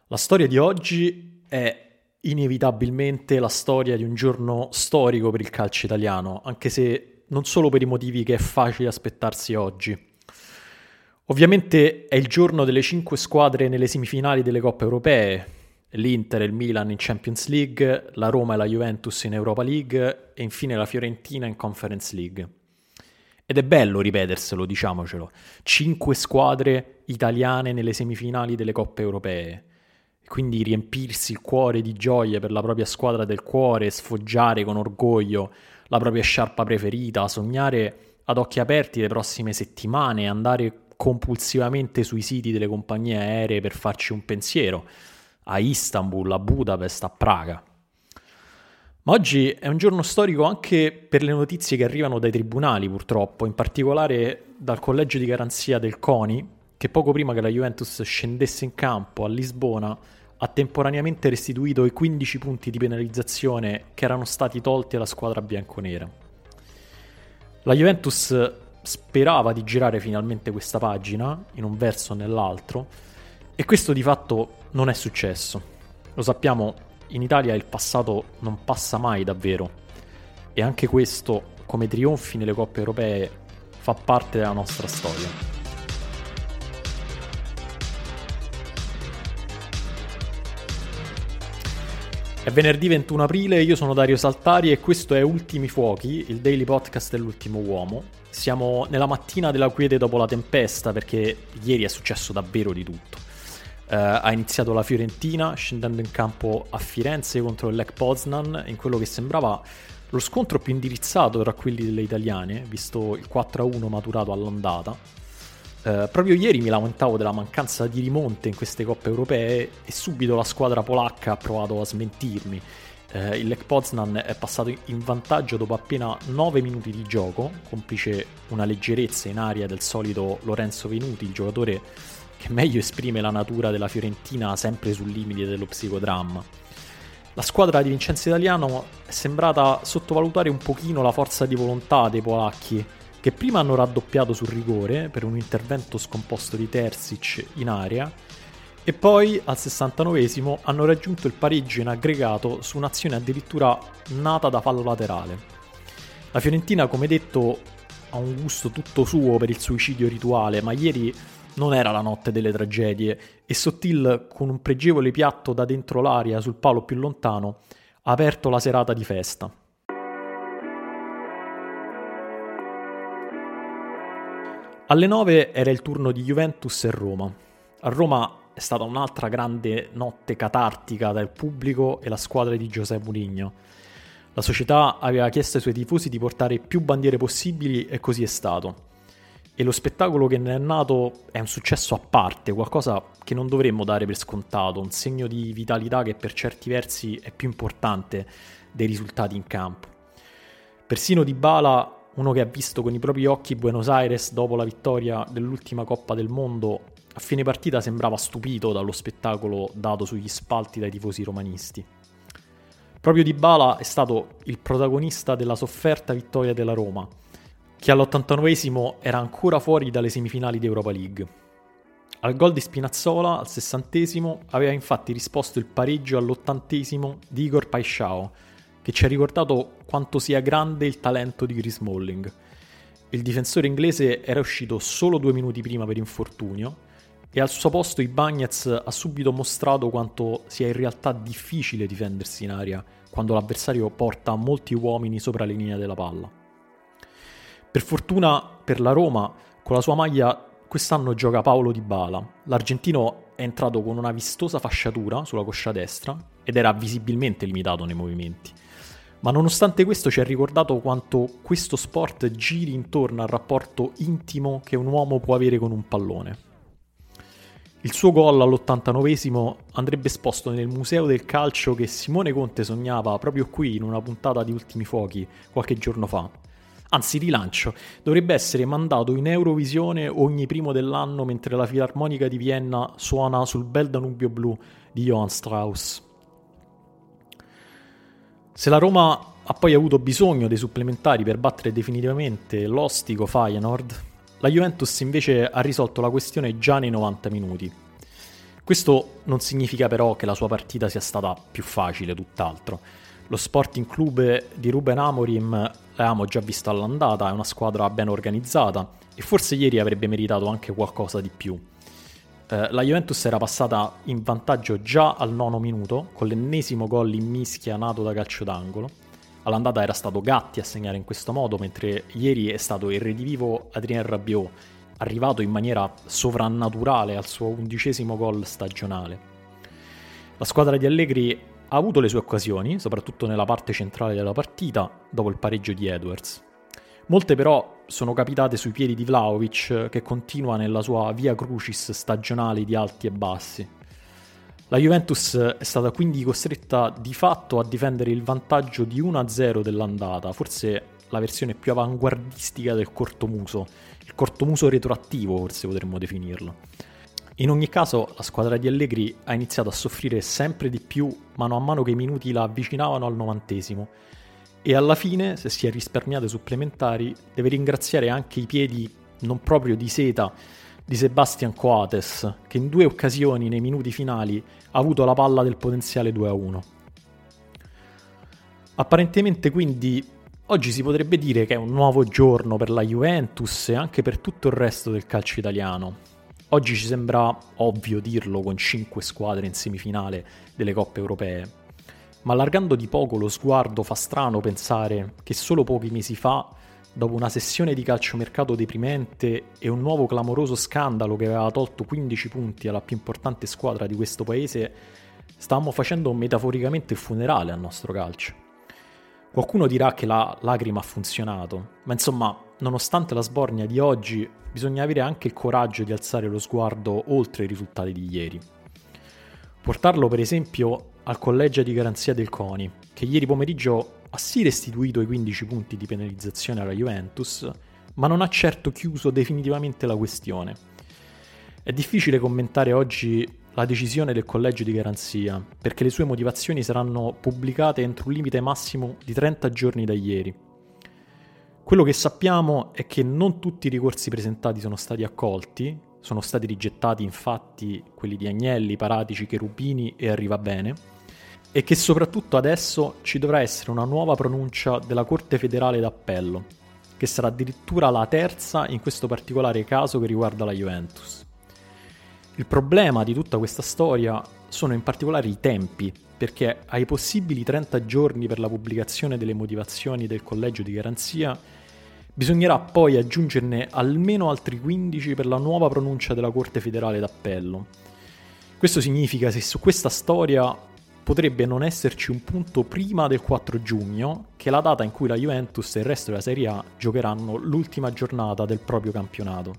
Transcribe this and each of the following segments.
La storia di oggi è inevitabilmente la storia di un giorno storico per il calcio italiano, anche se non solo per i motivi che è facile aspettarsi oggi. Ovviamente è il giorno delle 5 squadre nelle semifinali delle Coppe Europee, l'Inter e il Milan in Champions League, la Roma e la Juventus in Europa League e infine la Fiorentina in Conference League. Ed è bello ripeterselo, diciamocelo. 5 squadre italiane nelle semifinali delle Coppe Europee. Quindi riempirsi il cuore di gioia per la propria squadra del cuore, sfoggiare con orgoglio la propria sciarpa preferita, sognare ad occhi aperti le prossime settimane, andare compulsivamente sui siti delle compagnie aeree per farci un pensiero, a Istanbul, a Budapest, a Praga. Ma oggi è un giorno storico anche per le notizie che arrivano dai tribunali, purtroppo, in particolare dal collegio di garanzia del CONI, che poco prima che la Juventus scendesse in campo a Lisbona ha temporaneamente restituito i 15 punti di penalizzazione che erano stati tolti alla squadra bianconera. La Juventus sperava di girare finalmente questa pagina, in un verso o nell'altro, e questo di fatto non è successo. Lo sappiamo, in Italia il passato non passa mai davvero, e anche questo, come trionfi nelle coppe europee, fa parte della nostra storia. È venerdì 21 aprile, io sono Dario Saltari e questo è Ultimi Fuochi, il daily podcast dell'ultimo uomo. Siamo nella mattina della quiete dopo la tempesta perché ieri è successo davvero di tutto. Ha iniziato la Fiorentina scendendo in campo a Firenze contro il Lech Poznan in quello che sembrava lo scontro più indirizzato tra quelli delle italiane, visto il 4-1 maturato all'andata. Proprio ieri mi lamentavo della mancanza di rimonte in queste coppe europee e subito la squadra polacca ha provato a smentirmi. Il Lech Poznan è passato in vantaggio dopo appena 9 minuti di gioco, complice una leggerezza in aria del solito Lorenzo Venuti, il giocatore che meglio esprime la natura della Fiorentina sempre sul limite dello psicodramma. La squadra di Vincenzo Italiano è sembrata sottovalutare un pochino la forza di volontà dei polacchi, che prima hanno raddoppiato sul rigore per un intervento scomposto di Terzic in area e poi al 69esimo hanno raggiunto il pareggio in aggregato su un'azione addirittura nata da fallo laterale. La Fiorentina, come detto, ha un gusto tutto suo per il suicidio rituale, ma ieri non era la notte delle tragedie e Sottil, con un pregevole piatto da dentro l'area sul palo più lontano, ha aperto la serata di festa. Alle 9 era il turno di Juventus e Roma. A Roma è stata un'altra grande notte catartica dal pubblico e la squadra di José Mourinho. La società aveva chiesto ai suoi tifosi di portare più bandiere possibili e così è stato. E lo spettacolo che ne è nato è un successo a parte, qualcosa che non dovremmo dare per scontato, un segno di vitalità che per certi versi è più importante dei risultati in campo. Persino Dybala, uno che ha visto con i propri occhi Buenos Aires dopo la vittoria dell'ultima Coppa del Mondo, a fine partita sembrava stupito dallo spettacolo dato sugli spalti dai tifosi romanisti. Proprio Dybala è stato il protagonista della sofferta vittoria della Roma, che all'89esimo era ancora fuori dalle semifinali di Europa League. Al gol di Spinazzola, al 60esimo, aveva infatti risposto il pareggio all'80esimo di Igor Paixão, che ci ha ricordato quanto sia grande il talento di Chris Smalling. Il difensore inglese era uscito solo 2 minuti prima per infortunio e al suo posto Ibañez ha subito mostrato quanto sia in realtà difficile difendersi in aria quando l'avversario porta molti uomini sopra la linea della palla. Per fortuna per la Roma, con la sua maglia quest'anno gioca Paulo Dybala. L'argentino è entrato con una vistosa fasciatura sulla coscia destra ed era visibilmente limitato nei movimenti. Ma nonostante questo ci ha ricordato quanto questo sport giri intorno al rapporto intimo che un uomo può avere con un pallone. Il suo gol all'89esimo andrebbe esposto nel museo del calcio che Simone Conte sognava proprio qui in una puntata di Ultimi Fuochi qualche giorno fa. Anzi, rilancio, dovrebbe essere mandato in Eurovisione ogni primo dell'anno mentre la Filarmonica di Vienna suona sul bel Danubio blu di Johann Strauss. Se la Roma ha poi avuto bisogno dei supplementari per battere definitivamente l'ostico Feyenoord, la Juventus invece ha risolto la questione già nei 90 minuti. Questo non significa però che la sua partita sia stata più facile, tutt'altro. Lo Sporting Club di Ruben Amorim l'avevamo già visto all'andata, è una squadra ben organizzata e forse ieri avrebbe meritato anche qualcosa di più. La Juventus era passata in vantaggio già al 9° minuto con l'ennesimo gol in mischia nato da calcio d'angolo. All'andata era stato Gatti a segnare in questo modo, mentre ieri è stato il redivivo Adrien Rabiot, arrivato in maniera sovrannaturale al suo 11° gol stagionale. La squadra di Allegri ha avuto le sue occasioni, soprattutto nella parte centrale della partita, dopo il pareggio di Edwards. Molte però sono capitate sui piedi di Vlahovic, che continua nella sua via crucis stagionale di alti e bassi. La Juventus è stata quindi costretta di fatto a difendere il vantaggio di 1-0 dell'andata, forse la versione più avanguardistica del cortomuso, il cortomuso retroattivo forse potremmo definirlo. In ogni caso la squadra di Allegri ha iniziato a soffrire sempre di più mano a mano che i minuti la avvicinavano al 90°, e alla fine, se si è risparmiate supplementari, deve ringraziare anche i piedi non proprio di seta di Sebastian Coates, che in 2 occasioni nei minuti finali ha avuto la palla del potenziale 2-1. Apparentemente quindi oggi si potrebbe dire che è un nuovo giorno per la Juventus e anche per tutto il resto del calcio italiano. Oggi ci sembra ovvio dirlo con 5 squadre in semifinale delle coppe europee, ma allargando di poco lo sguardo fa strano pensare che solo pochi mesi fa, dopo una sessione di calciomercato deprimente e un nuovo clamoroso scandalo che aveva tolto 15 punti alla più importante squadra di questo paese, stavamo facendo metaforicamente il funerale al nostro calcio. Qualcuno dirà che la lacrima ha funzionato, ma insomma, nonostante la sbornia di oggi, bisogna avere anche il coraggio di alzare lo sguardo oltre i risultati di ieri. Portarlo per esempio al collegio di garanzia del CONI, che ieri pomeriggio ha sì restituito i 15 punti di penalizzazione alla Juventus, ma non ha certo chiuso definitivamente la questione. È difficile commentare oggi la decisione del collegio di garanzia, perché le sue motivazioni saranno pubblicate entro un limite massimo di 30 giorni da ieri. Quello che sappiamo è che non tutti i ricorsi presentati sono stati accolti, sono stati rigettati infatti quelli di Agnelli, Paratici, Cherubini e Arrivabene, e che soprattutto adesso ci dovrà essere una nuova pronuncia della Corte Federale d'Appello, che sarà addirittura la terza in questo particolare caso che riguarda la Juventus. Il problema di tutta questa storia sono in particolare i tempi, perché ai possibili 30 giorni per la pubblicazione delle motivazioni del collegio di garanzia bisognerà poi aggiungerne almeno altri 15 per la nuova pronuncia della Corte Federale d'Appello. Questo significa che su questa storia potrebbe non esserci un punto prima del 4 giugno, che è la data in cui la Juventus e il resto della Serie A giocheranno l'ultima giornata del proprio campionato.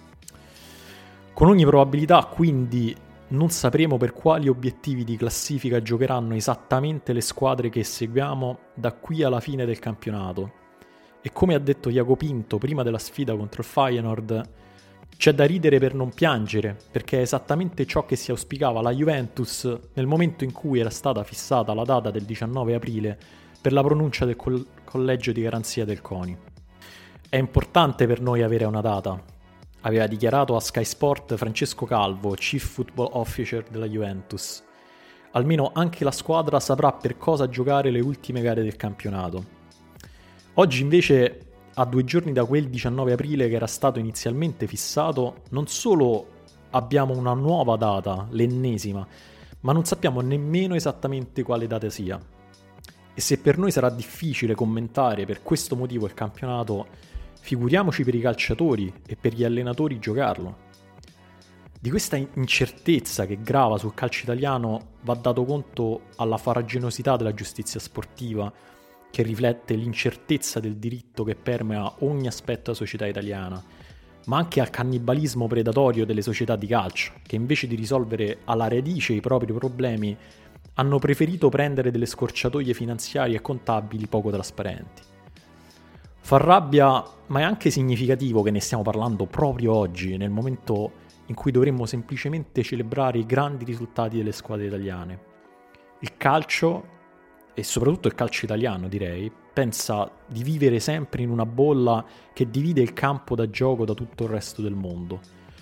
Con ogni probabilità, quindi, non sapremo per quali obiettivi di classifica giocheranno esattamente le squadre che seguiamo da qui alla fine del campionato. E come ha detto Jaco Pinto prima della sfida contro il Feyenoord, c'è da ridere per non piangere, perché è esattamente ciò che si auspicava alla Juventus nel momento in cui era stata fissata la data del 19 aprile per la pronuncia del collegio di garanzia del CONI. È importante per noi avere una data, aveva dichiarato a Sky Sport Francesco Calvo, Chief Football Officer della Juventus. Almeno anche la squadra saprà per cosa giocare le ultime gare del campionato. Oggi invece, a 2 giorni da quel 19 aprile che era stato inizialmente fissato, non solo abbiamo una nuova data, l'ennesima, ma non sappiamo nemmeno esattamente quale data sia. E se per noi sarà difficile commentare per questo motivo il campionato, figuriamoci per i calciatori e per gli allenatori giocarlo. Di questa incertezza che grava sul calcio italiano va dato conto alla farraginosità della giustizia sportiva, che riflette l'incertezza del diritto che permea ogni aspetto della società italiana, ma anche al cannibalismo predatorio delle società di calcio, che invece di risolvere alla radice i propri problemi hanno preferito prendere delle scorciatoie finanziarie e contabili poco trasparenti. Fa rabbia, ma è anche significativo che ne stiamo parlando proprio oggi, nel momento in cui dovremmo semplicemente celebrare i grandi risultati delle squadre italiane. Il calcio, e soprattutto il calcio italiano direi, pensa di vivere sempre in una bolla che divide il campo da gioco da tutto il resto del mondo.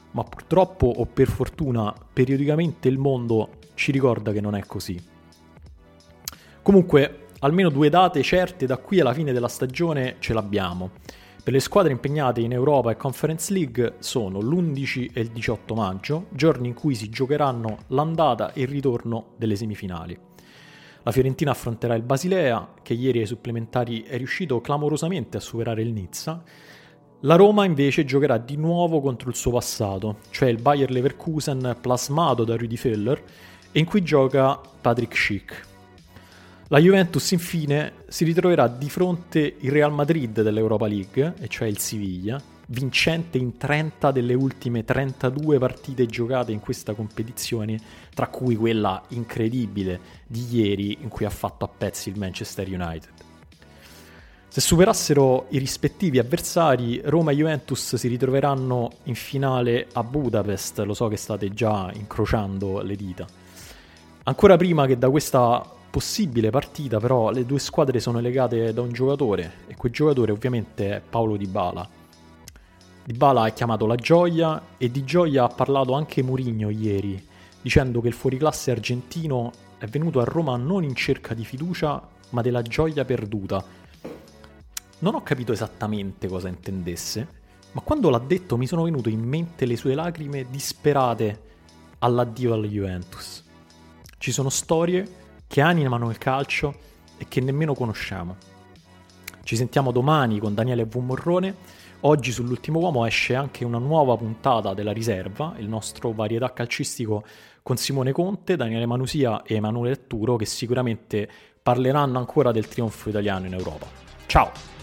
ma purtroppo o per fortuna periodicamente il mondo ci ricorda che non è così. Comunque, almeno 2 date certe da qui alla fine della stagione ce l'abbiamo. Per le squadre impegnate in Europa e Conference League sono l'11 e il 18 maggio, giorni in cui si giocheranno l'andata e il ritorno delle semifinali. La Fiorentina affronterà il Basilea, che ieri ai supplementari è riuscito clamorosamente a superare il Nizza. La Roma invece giocherà di nuovo contro il suo passato, cioè il Bayer Leverkusen plasmato da Rudi Völler e in cui gioca Patrick Schick. La Juventus infine si ritroverà di fronte il Real Madrid dell'Europa League, e cioè il Siviglia, vincente in 30 delle ultime 32 partite giocate in questa competizione, tra cui quella incredibile di ieri in cui ha fatto a pezzi il Manchester United. Se superassero i rispettivi avversari, Roma e Juventus si ritroveranno in finale a Budapest, lo so che state già incrociando le dita. Ancora prima che da questa possibile partita, però, le 2 squadre sono legate da un giocatore, e quel giocatore ovviamente è Paulo Dybala. Dybala è chiamato la gioia, e di gioia ha parlato anche Mourinho ieri, dicendo che il fuoriclasse argentino è venuto a Roma non in cerca di fiducia, ma della gioia perduta. Non ho capito esattamente cosa intendesse, ma quando l'ha detto mi sono venute in mente le sue lacrime disperate all'addio alla Juventus. Ci sono storie che animano il calcio e che nemmeno conosciamo. Ci sentiamo domani con Daniele V. Morrone. Oggi sull'Ultimo Uomo esce anche una nuova puntata della Riserva, il nostro varietà calcistico con Simone Conte, Daniele Manusia e Emanuele Turo, che sicuramente parleranno ancora del trionfo italiano in Europa. Ciao!